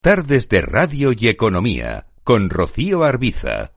Tardes de Radio y Economía, con Rocío Arbiza.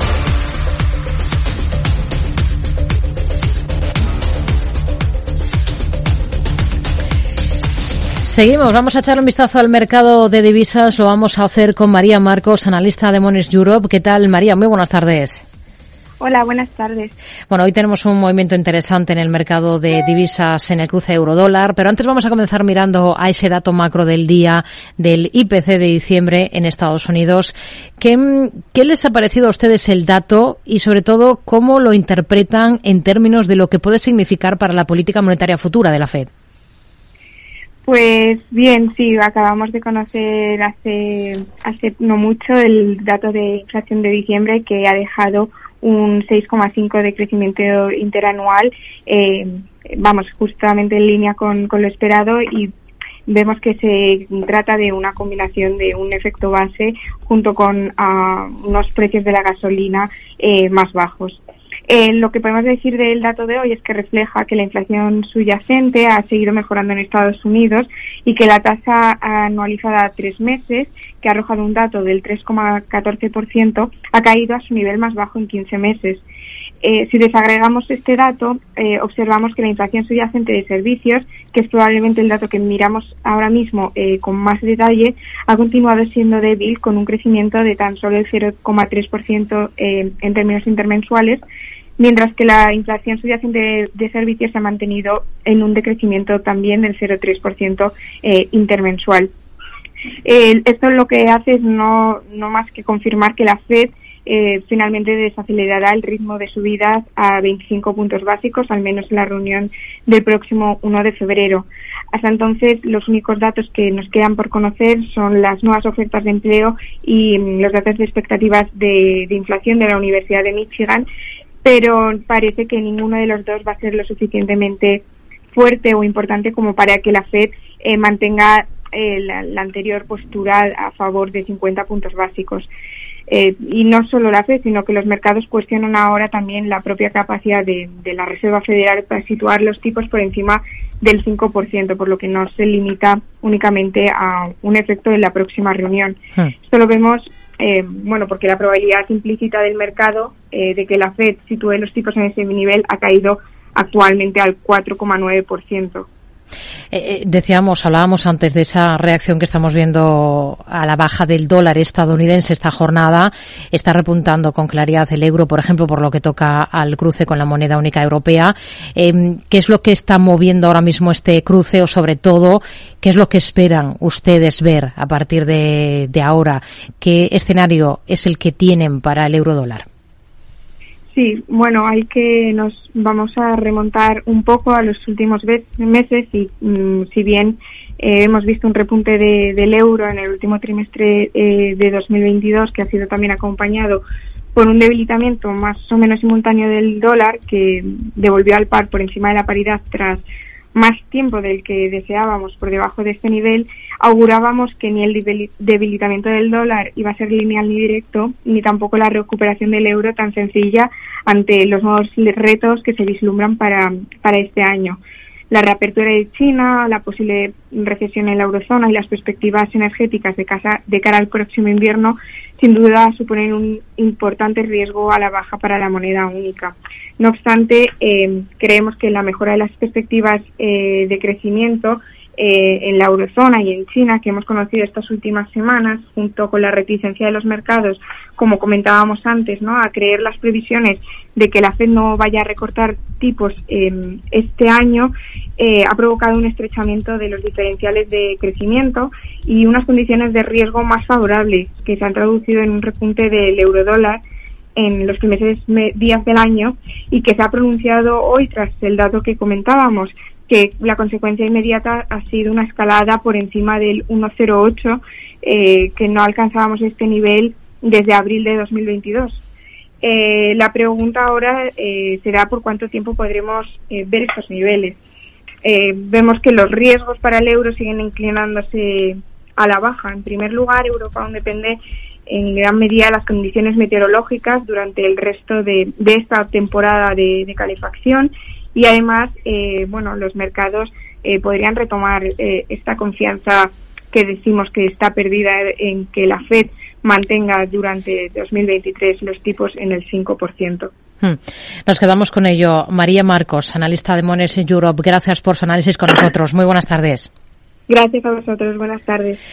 Seguimos, vamos a echar un vistazo al mercado de divisas, lo vamos a hacer con María Marcos, analista de Monex Europe. ¿Qué tal, María? Muy buenas tardes. Hola, buenas tardes. Bueno, hoy tenemos un movimiento interesante en el mercado de divisas en el cruce euro-dólar, pero antes vamos a comenzar mirando a ese dato macro del día del IPC de diciembre en Estados Unidos. ¿Qué les ha parecido a ustedes el dato y, sobre todo, cómo lo interpretan en términos de lo que puede significar para la política monetaria futura de la FED? Pues bien, sí, acabamos de conocer hace no mucho el dato de inflación de diciembre, que ha dejado un 6,5 de crecimiento interanual, justamente en línea con lo esperado, y vemos que se trata de una combinación de un efecto base junto con unos precios de la gasolina más bajos. Lo que podemos decir del dato de hoy es que refleja que la inflación subyacente ha seguido mejorando en Estados Unidos y que la tasa anualizada a 3 meses, que ha arrojado un dato del 3,14%, ha caído a su nivel más bajo en 15 meses. Si desagregamos este dato, observamos que la inflación subyacente de servicios, que es probablemente el dato que miramos ahora mismo con más detalle, ha continuado siendo débil, con un crecimiento de tan solo el 0,3% en términos intermensuales, mientras que la inflación subyacente de servicios se ha mantenido en un decrecimiento también del 0,3% intermensual. Esto lo que hace es no más que confirmar que la FED finalmente desacelerará el ritmo de subidas a 25 puntos básicos, al menos en la reunión del próximo 1 de febrero. Hasta entonces, los únicos datos que nos quedan por conocer son las nuevas ofertas de empleo y los datos de expectativas de inflación de la Universidad de Michigan, pero parece que ninguno de los dos va a ser lo suficientemente fuerte o importante como para que la FED mantenga la anterior postura a favor de 50 puntos básicos. Y no solo la FED, sino que los mercados cuestionan ahora también la propia capacidad de la Reserva Federal para situar los tipos por encima del 5%, por lo que no se limita únicamente a un efecto en la próxima reunión. Esto lo vemos porque la probabilidad implícita del mercado de que la FED sitúe los tipos en ese nivel ha caído actualmente al 4,9%. Hablábamos antes de esa reacción que estamos viendo a la baja del dólar estadounidense esta jornada. Está repuntando con claridad el euro, por ejemplo, por lo que toca al cruce con la moneda única europea. ¿Qué es lo que está moviendo ahora mismo este cruce, o sobre todo, qué es lo que esperan ustedes ver a partir de ahora? ¿Qué escenario es el que tienen para el euro dólar? Sí, nos vamos a remontar un poco a los últimos meses y si bien hemos visto un repunte del euro en el último trimestre de 2022, que ha sido también acompañado por un debilitamiento más o menos simultáneo del dólar, que devolvió al par por encima de la paridad tras más tiempo del que deseábamos por debajo de este nivel, augurábamos que ni el debilitamiento del dólar iba a ser lineal ni directo, ni tampoco la recuperación del euro tan sencilla ante los nuevos retos que se vislumbran para este año. La reapertura de China, la posible recesión en la eurozona y las perspectivas energéticas de cara al próximo invierno, sin duda suponen un importante riesgo a la baja para la moneda única. No obstante, creemos que la mejora de las perspectivas de crecimiento en la eurozona y en China, que hemos conocido estas últimas semanas, junto con la reticencia de los mercados, como comentábamos antes, a creer las previsiones de que la FED no vaya a recortar tipos este año, ha provocado un estrechamiento de los diferenciales de crecimiento y unas condiciones de riesgo más favorables, que se han traducido en un repunte del eurodólar en los primeros días del año, y que se ha pronunciado hoy tras el dato que comentábamos, que la consecuencia inmediata ha sido una escalada por encima del 1,08, que no alcanzábamos este nivel desde abril de 2022. La pregunta ahora será por cuánto tiempo podremos ver estos niveles. Vemos que los riesgos para el euro siguen inclinándose a la baja. En primer lugar, Europa aún depende en gran medida de las condiciones meteorológicas durante el resto de esta temporada de calefacción, y además los mercados podrían retomar esta confianza que decimos que está perdida en que la FED mantenga durante 2023 los tipos en el 5%. Nos quedamos con ello. María Marcos, analista de Monex Europe, gracias por su análisis con nosotros. Muy buenas tardes. Gracias a vosotros. Buenas tardes.